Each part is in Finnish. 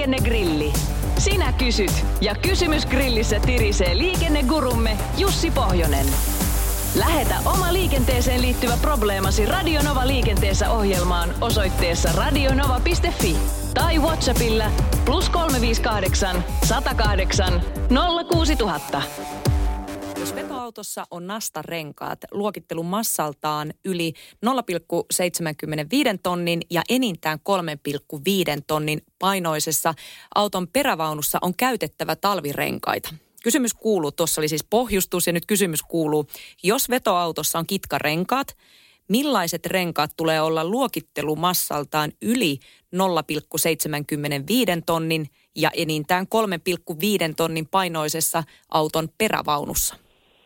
Liikennegrilli. Sinä kysyt ja kysymys grillissä tirisee liikennegurumme Jussi Pohjonen. Lähetä oma liikenteeseen liittyvä probleemasi Radio Nova liikenteessä ohjelmaan osoitteessa radionova.fi tai WhatsAppilla +358 108 06000. Jos vetoautossa on nastarenkaat luokittelun massaltaan yli 0,75 tonnin ja enintään 3,5 tonnin painoisessa auton perävaunussa on käytettävä talvirenkaita. Kysymys kuuluu, tuossa oli siis pohjustus ja nyt kysymys kuuluu, jos vetoautossa on kitkarenkaat, millaiset renkaat tulee olla luokittelumassaltaan yli 0,75 tonnin ja enintään 3,5 tonnin painoisessa auton perävaunussa?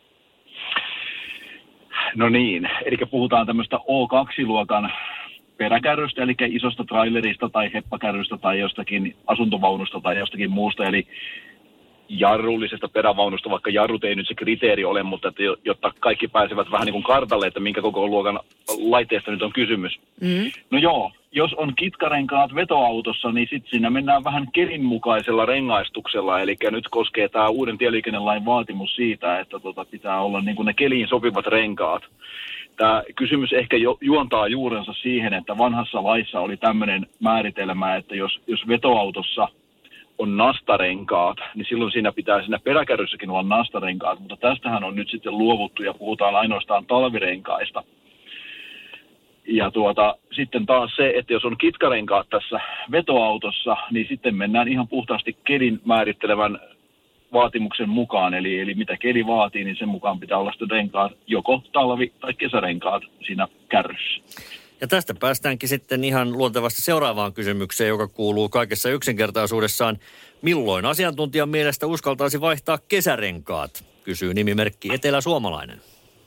No niin, eli puhutaan tämmöistä O2-luokan peräkärrystä, eli isosta trailerista tai heppakärrystä tai jostakin asuntovaunusta tai jostakin muusta, eli jarrullisesta perävaunusta, vaikka jarrut ei nyt se kriteeri ole, mutta että jotta kaikki pääsevät vähän niin kuin kartalle, että minkä koko luokan laitteesta nyt on kysymys. No joo, jos on kitkarenkaat vetoautossa, niin sitten siinä mennään vähän kelinmukaisella rengaistuksella, eli nyt koskee tämä uuden tieliikennelain vaatimus siitä, että pitää olla niin kuin ne keliin sopivat renkaat. Tämä kysymys ehkä juontaa juurensa siihen, että vanhassa laissa oli tämmöinen määritelmä, että jos vetoautossa on nastarenkaat, niin silloin siinä peräkärryssäkin olla nastarenkaat, mutta tästähän on nyt sitten luovuttu ja puhutaan ainoastaan talvirenkaista. Ja sitten taas se, että jos on kitkarenkaat tässä vetoautossa, niin sitten mennään ihan puhtaasti kelin määrittelevän vaatimuksen mukaan. Eli mitä keli vaatii, niin sen mukaan pitää olla sitten renkaat, joko talvi- tai kesärenkaat siinä kärryssä. Ja tästä päästäänkin sitten ihan luontevasti seuraavaan kysymykseen, joka kuuluu kaikessa yksinkertaisuudessaan. Milloin asiantuntijan mielestä uskaltaisi vaihtaa kesärenkaat, kysyy nimimerkki Eteläsuomalainen.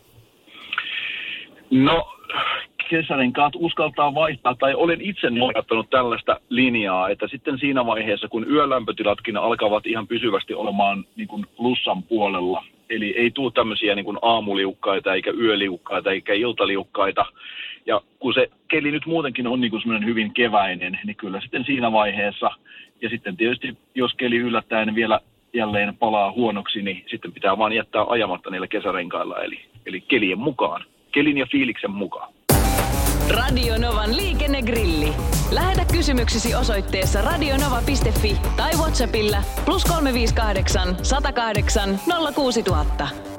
No, kesärenkaat uskaltaa vaihtaa, tai olen itse noudattanut tällaista linjaa, että sitten siinä vaiheessa, kun yölämpötilatkin alkavat ihan pysyvästi olemaan niin kuin plussan puolella, eli ei tule tämmöisiä niin kuin aamuliukkaita, eikä yöliukkaita, eikä iltaliukkaita, ja kun se keli nyt muutenkin on niin kuin semmoinen hyvin keväinen, niin kyllä sitten siinä vaiheessa, ja sitten tietysti jos keli yllättäen vielä jälleen palaa huonoksi, niin sitten pitää vaan jättää ajamatta niillä kesärenkailla, eli kelien mukaan, kelin ja fiiliksen mukaan. Radio Novan liikennegrilli. Lähetä kysymyksesi osoitteessa radionova.fi tai WhatsAppilla +358 108 06000.